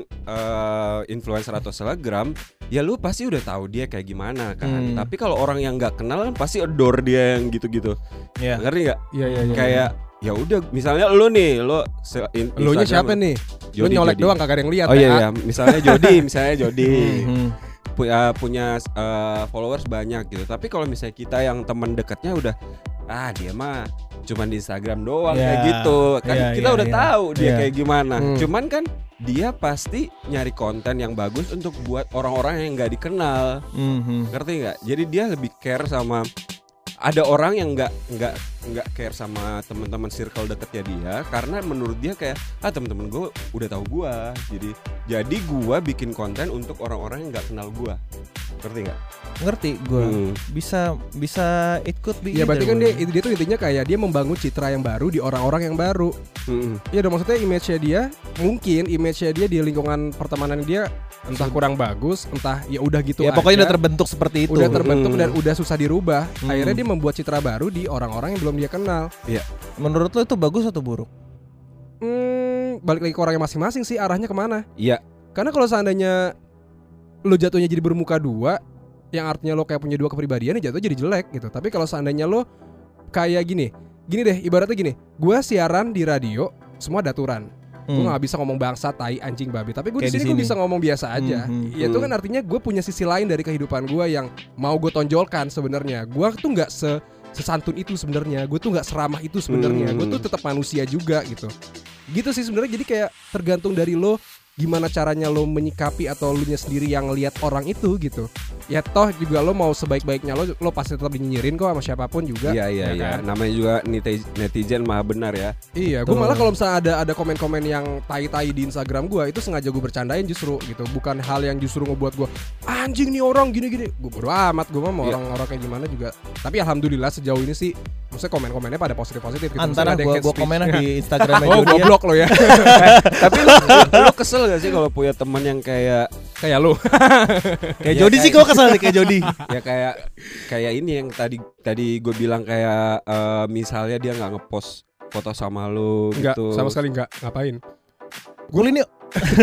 S5: uh, influencer atau selebgram, ya lu pasti udah tahu dia kayak gimana kan. Hmm. Tapi kalau orang yang nggak kenal kan pasti adore dia yang gitu-gitu.
S3: Yeah.
S5: Ngerti nggak?
S4: Iya iya iya.
S5: Kayak ya udah misalnya lu nih, lu se-
S4: lu nya siapa nih? Lu nyolek doang kagak ada yang lihat.
S5: Oh iya
S4: ya?
S5: iya, misalnya Jody, misalnya Jody. punya punya uh, followers banyak gitu. Tapi kalau misalnya kita yang teman dekatnya udah ah dia mah cuman di Instagram doang yeah. kayak gitu. Kan yeah, kita yeah, udah yeah. tahu dia yeah. kayak gimana. Hmm. Cuman kan dia pasti nyari konten yang bagus untuk buat orang-orang yang nggak dikenal. Mm-hmm. Ngerti nggak? Jadi dia lebih care sama ada orang yang nggak nggak nggak care sama teman-teman circle dekatnya dia karena menurut dia kayak ah teman-teman gue udah tahu gue, jadi jadi gue bikin konten untuk orang-orang yang nggak kenal gue. Ngerti nggak?
S3: Ngerti gue. Hmm. Bisa bisa it could be.
S4: Ya berarti kan dia dia tuh intinya kayak dia membangun citra yang baru di orang-orang yang baru. Hmm. Ya dong, maksudnya image-nya dia mungkin image-nya dia di lingkungan pertemanan dia entah kurang bagus, entah ya udah gitu
S3: ya,
S4: aja.
S3: Pokoknya udah terbentuk seperti itu.
S4: Udah terbentuk
S3: hmm.
S4: dan udah susah dirubah.
S3: Hmm.
S4: Akhirnya dia membuat citra baru di orang-orang yang belum dia kenal.
S5: Iya.
S3: Menurut lo itu bagus atau buruk?
S4: Hmm, balik lagi ke orangnya masing-masing sih, arahnya kemana?
S5: Iya.
S4: Karena kalau seandainya lo jatuhnya jadi bermuka dua, yang artinya lo kayak punya dua kepribadian, ya jatuh jadi jelek gitu. Tapi kalau seandainya lo kayak gini, gini deh, ibaratnya gini, gue siaran di radio, semua ada aturan. Hmm. Gue gak bisa ngomong bangsa, tai, anjing, babi. Tapi gue di sini gue bisa ngomong biasa aja. Hmm, hmm, ya itu kan artinya gue punya sisi lain dari kehidupan gue yang mau gue tonjolkan sebenarnya. Gue tuh nggak se sesantun itu sebenarnya. Gue tuh nggak seramah itu sebenarnya.
S5: Hmm.
S4: Gue tuh tetap manusia juga gitu. Gitu sih sebenarnya. Jadi kayak tergantung dari lo gimana caranya lo menyikapi atau lo nya sendiri yang lihat orang itu gitu. Ya toh juga lo mau sebaik-baiknya lo, lo pasti tetap dinyinyirin kok sama siapapun juga.
S5: Iya iya
S4: ya
S5: iya.
S4: kan?
S5: Namanya juga netizen, netizen maha benar ya.
S4: Iya, gue malah kalau misalnya ada ada komen-komen yang tai-tai di Instagram gue itu sengaja gue bercandain justru gitu, bukan hal yang justru ngebuat gue anjing nih orang gini-gini. Gue bodo amat, gue mah mau
S5: Iya.
S4: orang-orang kayak gimana juga. Tapi alhamdulillah sejauh ini sih, maksudnya komen-komennya pada positif-positif. Gitu.
S3: Antara
S4: Misalnya ada yang
S3: gua
S4: hate
S3: gua
S4: speech.
S3: komen di Instagramnya
S4: Oh,
S3: Jody
S4: gue
S3: ya.
S4: blok lo ya.
S5: Tapi lu, lu kesel gak sih kalau punya teman yang kayak
S4: Kayak lo.
S3: Kayak
S5: Ya,
S3: Jody sih
S5: kayak-
S3: gua kesel nih kayak Jody.
S5: ya kayak kayak ini yang tadi tadi gue bilang kayak eh, misalnya dia nggak ngepost foto sama lu
S4: Enggak,
S5: gitu.
S4: sama sekali enggak. Ngapain?
S3: Pukulin yuk.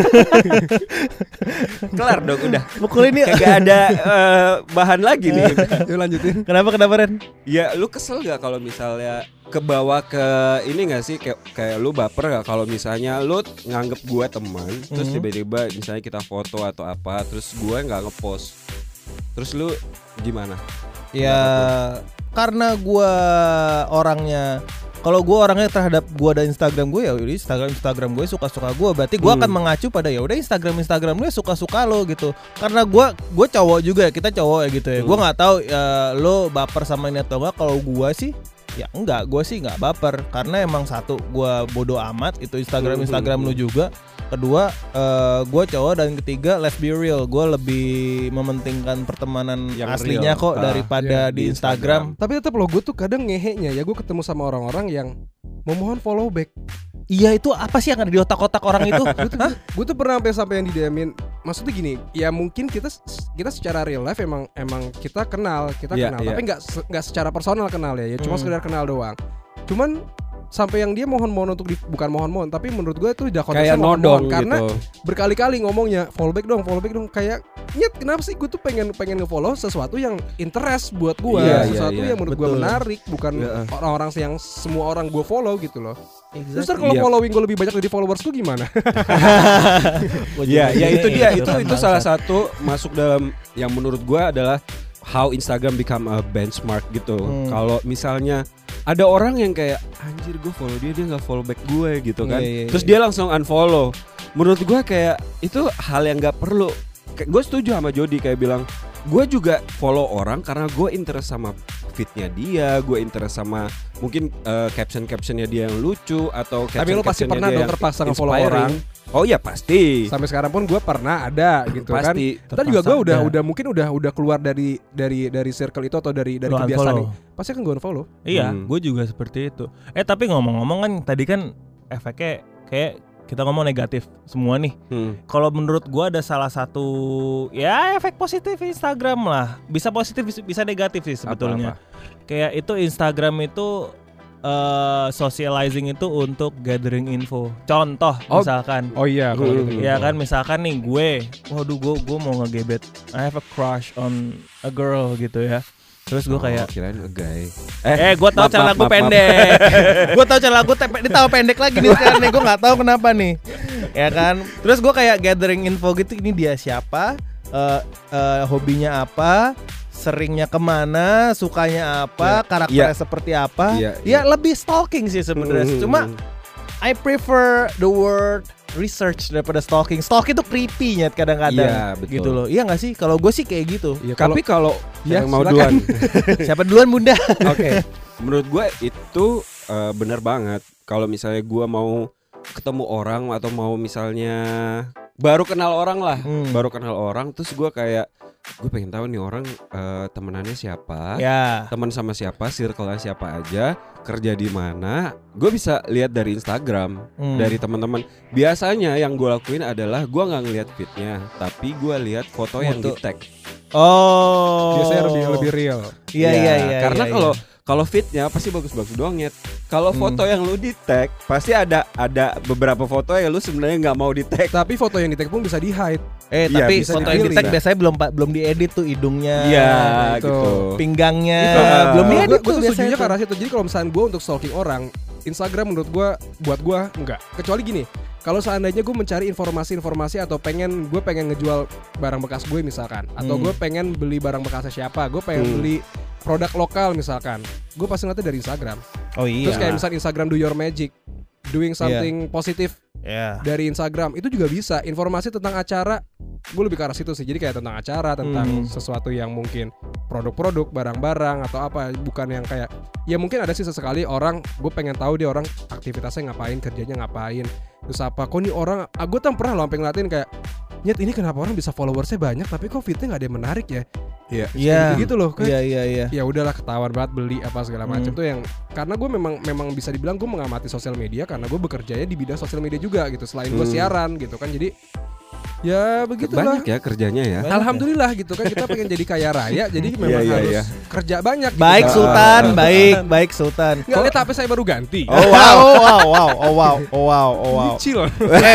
S5: Kelar dong udah.
S3: Pukulin yuk.
S5: Kagak ada eh, bahan lagi nih.
S4: Yuk lanjutin.
S3: Kenapa kenapa Ren?
S5: Ya lu kesel gak kalau misalnya kebawa ke ini gak sih kayak kayak lu baper gak kalau misalnya lu nganggep gua teman terus
S3: Mhm.
S5: tiba-tiba misalnya kita foto atau apa terus gua nggak ngepost terus lu gimana?
S3: Ya karena gua orangnya, kalau gue orangnya terhadap gue dan Instagram gue, ya udah Instagram Instagram gue suka-suka gue, berarti gue
S5: Hmm.
S3: akan mengacu pada ya udah Instagram Instagram lu suka-suka lo gitu. Karena gue gue cowok juga, kita cowok ya gitu ya.
S5: Hmm.
S3: Gue nggak tahu ya, lo baper sama ini atau enggak. Kalau gue sih ya enggak, gue sih nggak baper karena emang satu gue bodo amat itu Instagram
S5: Hmm.
S3: Instagram lu juga. Kedua, eh, gue cowok, dan ketiga, let's be real, gue lebih mementingkan pertemanan
S5: Yang
S3: aslinya
S5: real.
S3: kok
S5: Ah,
S3: daripada
S4: iya,
S3: di
S5: di
S3: Instagram.
S4: Tapi tetap lo, gue tuh kadang ngehenya ya, gue ketemu sama orang-orang yang memohon follow back.
S3: Iya, itu apa sih yang ada di otak-otak orang itu?
S4: Gue tuh, gue tuh pernah sampai sampai yang di D M-in. Maksudnya gini, ya mungkin kita kita secara real life emang emang kita kenal, kita
S5: Iya,
S4: kenal,
S5: iya.
S4: tapi nggak se- nggak secara personal kenal ya, ya cuma
S3: Hmm.
S4: sekedar kenal doang. Cuman sampai yang dia mohon-mohon untuk di, bukan mohon-mohon, tapi menurut gue itu udah konteksnya
S5: Kayak
S4: mohon-mohon.
S5: nodong
S4: Karena
S5: gitu.
S4: berkali-kali ngomongnya follow back dong, follow back dong, kayak nyet kenapa sih gue tuh pengen pengen nge-follow sesuatu yang interest buat gue,
S5: Iya,
S4: sesuatu
S5: iya, iya.
S4: yang menurut gue
S3: Betul.
S4: menarik, bukan
S5: Iya.
S4: orang-orang yang semua orang gue follow gitu loh. Terus ntar
S3: Exactly.
S4: kalau
S5: Iya.
S4: following gue lebih banyak dari followers gue gimana?
S5: Ya, ya itu dia itu
S3: kan
S5: itu salah satu masuk dalam yang menurut gua adalah how Instagram become a benchmark gitu.
S3: Hmm.
S5: Kalau misalnya ada orang yang kayak anjir gue follow dia dia nggak follow back gue gitu kan.
S3: Iya, iya,
S5: Terus
S3: iya.
S5: dia langsung unfollow. Menurut gua kayak itu hal yang nggak perlu. Gue setuju sama Jody kayak bilang gue juga follow orang karena gue interest sama fitnya dia, gue interest sama mungkin uh, caption-captionnya dia yang lucu atau
S4: Tapi lo pasti
S5: caption-captionnya
S4: pernah
S5: dia
S4: dong
S5: yang
S4: terpaksa nge-follow
S5: inspiring.
S4: orang.
S5: Oh iya pasti.
S4: Sampai sekarang pun gue pernah ada gitu kan.
S5: Pasti.
S4: Tadi juga gue udah
S3: ada.
S4: udah mungkin udah udah keluar dari dari dari circle itu atau dari dari
S3: Lo
S4: kebiasaan
S3: unfollow.
S4: nih. Pasti kan gue unfollow.
S3: Iya,
S5: Hmm.
S3: gue juga seperti itu. Eh tapi ngomong-ngomong kan tadi kan efeknya kayak kita ngomong negatif semua nih.
S5: Hmm.
S3: Kalau menurut gue ada salah satu ya efek positif Instagram lah. Bisa positif bisa- bisa negatif sih sebetulnya. Kayak itu Instagram itu eh, socializing itu untuk gathering info. Contoh
S4: Oh,
S3: misalkan.
S4: Oh iya,
S5: kalau gitu.
S3: Ya kan misalkan nih gue, waduh gue gue mau ngegebet, I have a crush on a girl gitu ya. Terus gue kayak
S5: Oh, kirain a guy.
S3: Eh, gue tau
S5: maaf,
S3: celana
S5: maaf,
S3: gue
S5: maaf,
S3: pendek. Gue tau celana gue tepe, ditambah pendek lagi nih sekarang nih. Gue nggak tahu kenapa nih, ya kan. Terus gue kayak gathering info gitu. Ini dia siapa, eh, eh, hobinya apa, seringnya kemana, sukanya apa, karakternya seperti apa.
S5: Iya,
S3: Ya
S5: iya.
S3: lebih stalking sih sebenarnya.
S5: Hmm.
S3: Cuma I prefer the word research daripada stalking. Stalking tuh creepy nyet kadang-kadang.
S5: Iya, betul.
S3: Gitu loh. Iya nggak sih? Kalau gue sih kayak gitu.
S4: Iya, kalau
S5: Tapi kalau
S4: Ya,
S5: yang mau
S4: silakan.
S5: duluan.
S3: Siapa duluan bunda?
S5: Oke. Menurut gue itu eh, benar banget. Kalau misalnya gue mau ketemu orang atau mau misalnya baru kenal orang lah,
S3: Hmm.
S5: baru kenal orang, terus gue kayak gue pengen tahu nih orang eh, temenannya siapa,
S3: Ya.
S5: teman sama siapa, circle-nya siapa aja, kerja di mana. Gue bisa lihat dari Instagram,
S3: Hmm.
S5: dari teman-teman. Biasanya yang gue lakuin adalah gue nggak ngeliat fitnya, tapi gue lihat foto yang di
S3: Foto.
S5: tag.
S3: Oh.
S4: biasanya lebih lebih real.
S3: Iya
S5: Ya,
S3: iya iya.
S5: Karena
S3: iya,
S5: kalau
S3: iya.
S5: kalau fitnya pasti bagus-bagus doang nyet. Kalau
S3: Hmm.
S5: foto yang lu di tag pasti ada ada beberapa foto yang lu sebenarnya nggak mau di tag.
S4: Tapi foto yang di tag pun bisa di hide.
S3: eh
S5: Iya,
S3: tapi
S5: bisa
S3: foto yang di
S5: dipilih.
S3: tag biasanya belum pa- belum diedit tuh hidungnya.
S5: Iya
S4: gitu.
S5: gitu.
S3: Pinggangnya
S5: Itu,
S3: belum
S5: uh,
S4: Gue
S3: diedit
S4: tuh
S3: tuh biasanya.
S4: setuju
S3: tuh.
S4: karena situ. Jadi kalau misalnya gue untuk stalking orang, Instagram menurut gue, buat gue enggak. Kecuali gini, kalau seandainya gue mencari informasi-informasi atau pengen gue pengen ngejual barang bekas gue misalkan, atau
S3: Hmm.
S4: gue pengen beli barang bekasnya siapa, gue pengen
S5: Hmm.
S4: beli produk lokal misalkan, gue pasti ngeliatnya dari Instagram.
S3: Oh iya.
S4: Terus kayak misalnya Instagram do your magic, doing something positif
S3: yeah.
S4: dari Instagram itu juga bisa. Informasi tentang acara, gue lebih ke arah situ sih. Jadi kayak tentang acara, tentang
S3: hmm.
S4: sesuatu yang mungkin produk-produk, barang-barang atau apa, bukan yang kayak ya mungkin ada sih sesekali orang gue pengen tahu dia orang aktivitasnya ngapain, kerjanya ngapain, terus apa. Kok nih orang, ah, gue tuh pernah loh sampai ngeliatin kayak, nyet ini kenapa orang bisa followersnya banyak tapi kok fitnya nggak ada yang menarik ya?
S5: Iya.
S3: Iya.
S4: Gitu loh.
S3: Iya iya iya.
S4: Ya udahlah ketahuan banget beli apa segala macam
S3: Hmm.
S4: tuh yang karena gue memang memang bisa dibilang gue mengamati sosial media karena gue bekerjanya di bidang sosial media juga gitu selain gue
S5: Hmm.
S4: siaran gitu kan. Jadi ya begitulah.
S5: Banyak ya kerjanya ya.
S3: Banyak
S4: Alhamdulillah gitu kan kita pengen jadi kaya raya jadi memang
S5: Iya, iya,
S4: harus
S5: iya.
S4: kerja banyak gitu.
S3: Baik
S4: Kan.
S3: Sultan, baik baik Sultan.
S4: Nggak lihat H P saya baru ganti.
S3: Oh wow, oh wow, wow, oh wow, oh wow, oh wow.
S4: Chill.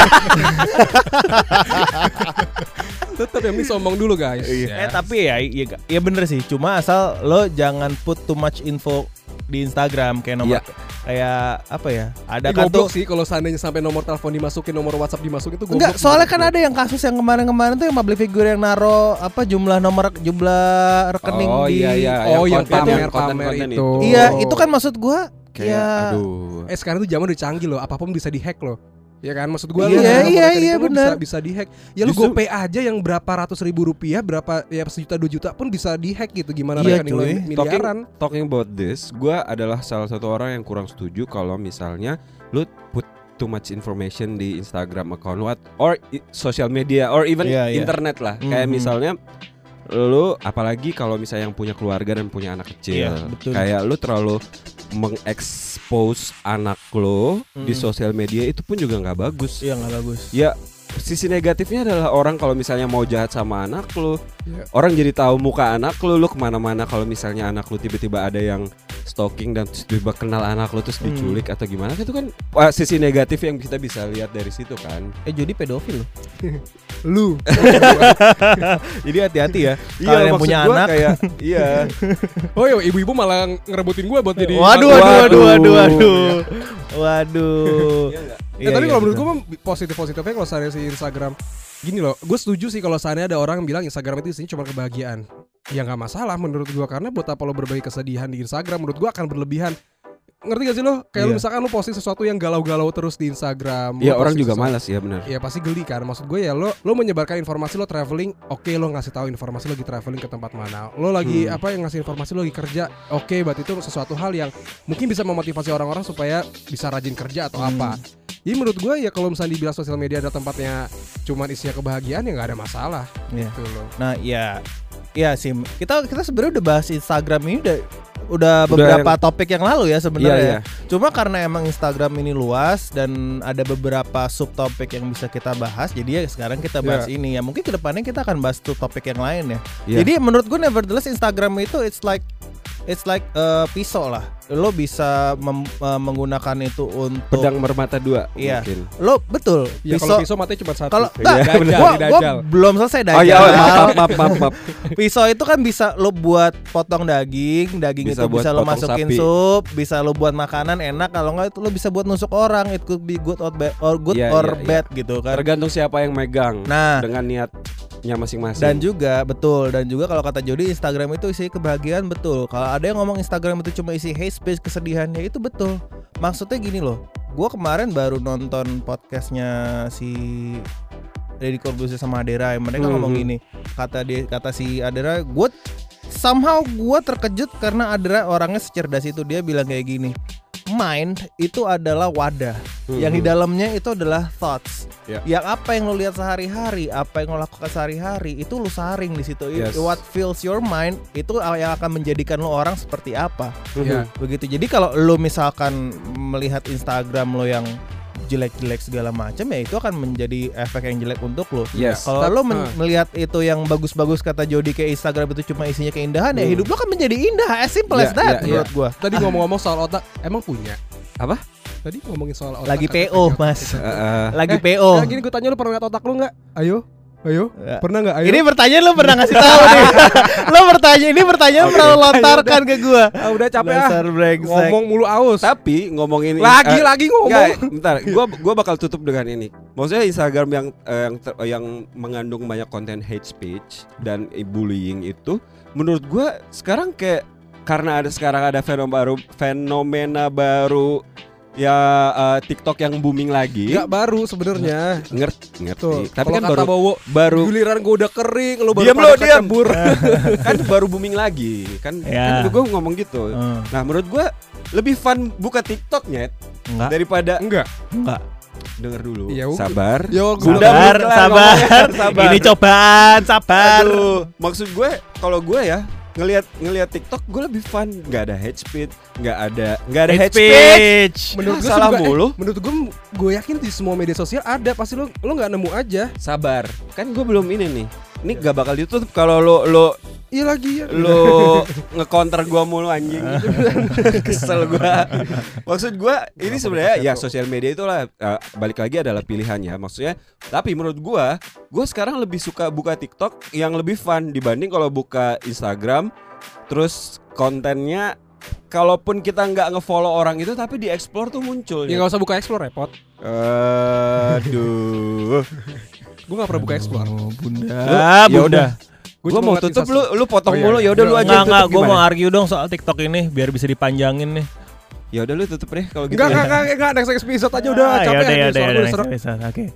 S4: Tetap yang ini sombong dulu guys.
S3: Eh tapi ya, ya, ya bener sih. Cuma asal lo jangan put too much info di Instagram kayak nomor
S5: Iya.
S3: kayak apa ya? Ada
S4: Ini
S3: kan
S4: goblok
S3: tuh.
S4: sih kalau seandainya sampai nomor telepon dimasukin, nomor WhatsApp dimasukin itu goblok.
S3: Enggak, soalnya kan ada yang kasus yang kemarin-kemarin tuh yang public figure yang naro apa jumlah nomor jumlah rekening
S5: Oh
S3: di
S5: iya iya.
S4: Oh, yang
S5: konten-
S4: pamer-pamer
S5: konten-konten
S4: itu.
S3: Iya, itu kan maksud gua
S5: Kayak
S3: ya
S5: aduh.
S4: Eh sekarang tuh zaman udah canggih loh, apapun bisa dihack loh. Ya kan maksud gua
S3: Iya,
S4: lu
S3: iya,
S4: nomor
S3: iya,
S4: rekening
S3: iya,
S4: lu
S3: benar.
S4: bisa bisa dihack. Ya lu
S5: Justru-
S4: GoPay aja yang berapa ratus ribu rupiah, berapa ya sejuta dua juta pun bisa dihack gitu. Gimana
S3: Iya,
S4: rekening lu
S3: cuy.
S4: miliaran?
S5: Talking about this, gue adalah salah satu orang yang kurang setuju kalau misalnya lu put too much information di Instagram account what or i- social media or even
S3: Iya, iya.
S5: internet lah. Kayak
S3: Mhm.
S5: misalnya lu apalagi kalau misalnya yang punya keluarga dan punya anak kecil,
S3: Iya, betul.
S5: kayak lu terlalu mengekspos anak lo di
S3: Hmm.
S5: sosial media itu pun juga nggak bagus.
S3: Iya nggak bagus.
S5: Ya sisi negatifnya adalah orang kalau misalnya mau jahat sama anak lo,
S4: Iya.
S5: orang jadi tahu muka anak lo, lo kemana-mana. Kalau misalnya anak lo tiba-tiba ada yang stalking dan tiba-tiba kenal anak lo terus
S3: Hmm.
S5: diculik atau gimana, itu kan wah, sisi negatif yang kita bisa lihat dari situ kan.
S3: Eh Jody pedofil loh.
S4: Lu.
S3: Jadi hati-hati ya. Kalau yang
S5: maksud
S3: punya
S5: gua
S3: anak.
S5: kayak iya.
S4: Oh iya, ibu-ibu malah ngerebutin gua buat jadi
S3: Waduh, waduh, waduh, waduh, waduh. Waduh.
S5: Iya nggak?
S4: Ya, tapi
S3: Iya,
S4: kalau menurut
S3: betul.
S4: gue positif-positifnya kalau saya si Instagram gini loh, gue setuju sih kalau seandainya ada orang yang bilang Instagram itu isinya cuma kebahagiaan. Ya nggak masalah menurut gue, karena buat apa lo berbagi kesedihan di Instagram, menurut gue akan berlebihan. Ngerti gak sih lo? Kayak lo
S3: Iya.
S4: misalkan lo posting sesuatu yang galau-galau terus di Instagram.
S5: Ya
S4: lo
S5: orang
S4: posting
S5: juga
S4: sesuatu-
S5: malas ya benar.
S4: Ya pasti geli kan. Maksud gue ya lo lo menyebarkan informasi lo traveling, oke lo ngasih tahu informasi lo lagi traveling ke tempat mana. Lo lagi
S5: Hmm.
S4: apa yang ngasih informasi lo lagi kerja, oke berarti itu sesuatu hal yang mungkin bisa memotivasi orang-orang supaya bisa rajin kerja atau
S3: Hmm.
S4: apa. Jadi menurut gue ya kalau misalnya dibilang sosial media ada tempatnya cuman isinya kebahagiaan ya nggak ada masalah.
S3: Iya.
S4: Gitu loh.
S3: Nah, ya, ya sih. Kita kita sebenarnya udah bahas Instagram ini udah udah
S5: Udah
S3: beberapa
S5: yang-
S3: topik yang lalu ya sebenarnya.
S5: Iya,
S3: ya. Cuma karena emang Instagram ini luas dan ada beberapa subtopik yang bisa kita bahas, jadi ya sekarang kita bahas
S4: Iya.
S3: ini ya. Mungkin kedepannya kita akan bahas tuh topik yang lain ya.
S5: Iya.
S3: Jadi menurut gue nevertheless Instagram itu it's like it's like uh, pisau lah. Lo bisa mem- uh, menggunakan itu untuk
S5: Pedang bermata dua
S3: Iya.
S5: mungkin.
S3: lo betul.
S4: Ya kalau pisau matanya cuma satu.
S3: Kalau
S5: Iya,
S3: enggak,
S4: benar.
S3: gua,
S4: Dajjal,
S3: gua
S4: Dajjal.
S3: belum selesai
S5: Oh iya,
S3: dajjal.
S5: oh, maaf, maaf, maaf, maaf.
S3: Pisau itu kan bisa lo buat potong daging, daging
S5: Bisa
S3: itu
S5: buat
S3: bisa lo
S5: potong
S3: masukin
S5: sapi.
S3: sup, bisa lo buat makanan enak. Kalau enggak itu lo bisa buat nusuk orang. It could be good or bad, or good
S5: Iya,
S3: or
S5: iya, iya.
S3: bad gitu kan.
S5: Tergantung siapa yang megang
S3: Nah,
S5: dengan niatnya masing-masing.
S3: dan juga betul dan juga kalau kata Jody Instagram itu isi kebahagiaan betul. Kalau ada yang ngomong Instagram itu cuma isi hate speech kesedihan ya itu betul. Maksudnya gini loh. Gue kemarin baru nonton podcastnya si Deddy Corbuzier sama Adera yang mereka
S5: Mhm.
S3: ngomong gini. Kata dia kata si Adera, gue somehow gue terkejut karena Adera orangnya secerdas itu. Dia bilang kayak gini. Mind itu adalah wadah.
S5: Mhm.
S3: Yang di dalamnya itu adalah thoughts.
S5: Ya.
S3: Yang apa yang lo lihat sehari-hari, apa yang lo lakukan sehari-hari, itu lo saring di situ.
S5: Yes.
S3: What fills your mind itu yang akan menjadikan lo orang seperti apa.
S4: Iya.
S3: Begitu. Jadi kalau lo misalkan melihat Instagram lo yang jelek-jelek segala macam ya itu akan menjadi efek yang jelek untuk lo.
S5: Yes.
S3: Kalau lo men-
S4: Ah.
S3: melihat itu yang bagus-bagus kata Jody kayak Instagram itu cuma isinya keindahan ya
S5: Hmm.
S3: hidup lo kan menjadi indah. As simple
S5: Iya,
S3: as that
S5: iya,
S3: menurut gua.
S4: Tadi ngomong-ngomong soal otak, emang punya?
S5: Apa?
S4: Tadi ngomongin soal otak.
S3: Lagi P O, Mas.
S5: Eh, eh,
S3: Lagi
S4: Eh,
S3: P O.
S4: Nah, gini gue tanya lu pernah lihat otak lu nggak? Ayo, ayo.
S3: Ya.
S4: Pernah nggak? Ayo.
S3: Ini pertanyaan lo pernah ngasih tahu nih. Lo bertanya ini pertanyaan
S5: Oke.
S3: pernah lo lontarkan ke gua.
S4: Ah, udah capek ah.
S3: Dasar brengsek.
S4: Ngomong mulu aus.
S5: Tapi ngomongin
S4: Lagi
S5: eh,
S4: lagi ngomong.
S5: Enggak, bentar. Gua gua bakal tutup dengan ini. Maksudnya Instagram yang eh, yang ter- yang mengandung banyak konten hate speech dan eh, bullying itu menurut gua sekarang kayak karena ada sekarang ada fenomena baru, fenomena baru ya uh, TikTok yang booming lagi.
S4: Gak baru sebenarnya.
S5: Ngerti, ngerti.
S4: Tuh,
S5: Tapi
S4: kalau
S5: kan
S4: kata
S5: baru
S4: Bowo,
S5: baru
S4: giliran gue udah kering, lo baru
S5: diam
S4: pada
S5: lo, diam.
S4: kecebur.
S5: kan baru booming lagi. Kan,
S3: Ya.
S5: kan gue ngomong gitu.
S3: Hmm.
S5: Nah, menurut gue lebih fun buka TikToknya
S3: Enggak.
S5: daripada
S4: Enggak.
S3: Enggak.
S5: denger dulu.
S4: Ya,
S5: sabar.
S4: Yo, gua
S5: Udah,
S3: Sabar,
S5: bukan,
S3: sabar.
S5: ngomongnya, sabar.
S3: Ini cobaan, sabar.
S5: Aduh, maksud gue kalau gue ya ngelihat ngelihat TikTok gue lebih fun, nggak ada hate speech, nggak ada nggak ada hate speech.
S4: Menurut
S5: Ah,
S4: gue
S5: salah
S4: juga, eh,
S5: mulu.
S4: menurut gue gue yakin di semua media sosial ada, pasti lo lo nggak nemu aja.
S5: Sabar, kan gue belum ini nih. Ini gak bakal ditutup kalau lo lo
S4: Iya lagi ya.
S5: lo ngecounter gua mulu anjing. Kesel gua. Maksud gua ini sebenarnya ya sosial media itulah uh, balik lagi adalah pilihan ya. Maksudnya tapi menurut gua, gua sekarang lebih suka buka TikTok yang lebih fun dibanding kalau buka Instagram. Terus kontennya kalaupun kita nggak ngefollow orang itu tapi di explore tuh muncul.
S4: Ya nggak usah buka explore repot.
S5: Aduh.
S4: Gue nggak pernah buka explore.
S3: Oh, bunda.
S5: Ya udah.
S4: Gua
S5: Gua
S4: cuma
S5: mau
S4: ngeliat
S5: tutup
S4: Instastory.
S5: lu lu potong
S4: Oh, iya,
S5: mulu
S4: iya.
S5: ya udah lu aja
S3: Enggak,
S5: tutup
S3: enggak, gue
S5: gimana?
S3: mau argue dong soal TikTok ini biar bisa dipanjangin nih.
S5: Ya udah lu tutup deh kalau gitu.
S4: Enggak,
S5: ya.
S4: enggak, enggak, enggak, next episode aja udah
S3: Ah,
S4: capek
S3: yaudah,
S4: aja
S3: yaudah,
S4: suara gue
S3: yaudah,
S4: udah serak.
S3: next episode, Oke.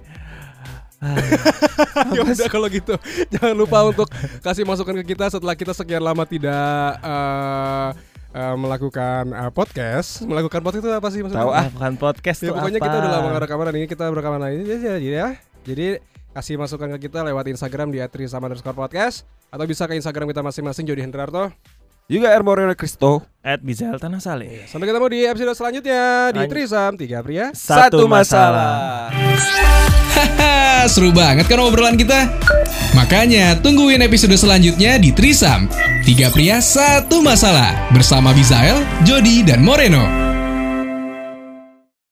S4: Ya udah kalau gitu. Jangan lupa untuk kasih masukan ke kita setelah kita sekian lama tidak eh, eh, melakukan eh, podcast. Melakukan podcast itu apa sih maksudnya?
S5: Tahu ah.
S3: Bukan podcast
S4: Ya
S3: tuh
S4: pokoknya
S3: apa?
S4: kita udah lama gak rekaman dan ini kita berekaman lagi ya, jadi ya. Jadi kasih masukan ke kita lewat Instagram di at trisam underscore podcast atau bisa ke Instagram kita masing-masing Jody Hendrarto.
S5: Juga Ermoreno Kristo.
S3: At Bizael Tanah Saleh.
S4: Sampai ketemu di episode selanjutnya di
S3: Lanjut.
S4: Trisam Tiga Pria.
S3: Satu masalah.
S2: Hahaha, seru banget kan obrolan kita? Makanya tungguin episode selanjutnya di Trisam. Tiga pria, satu masalah. Bersama Bizael, Jody, dan Moreno.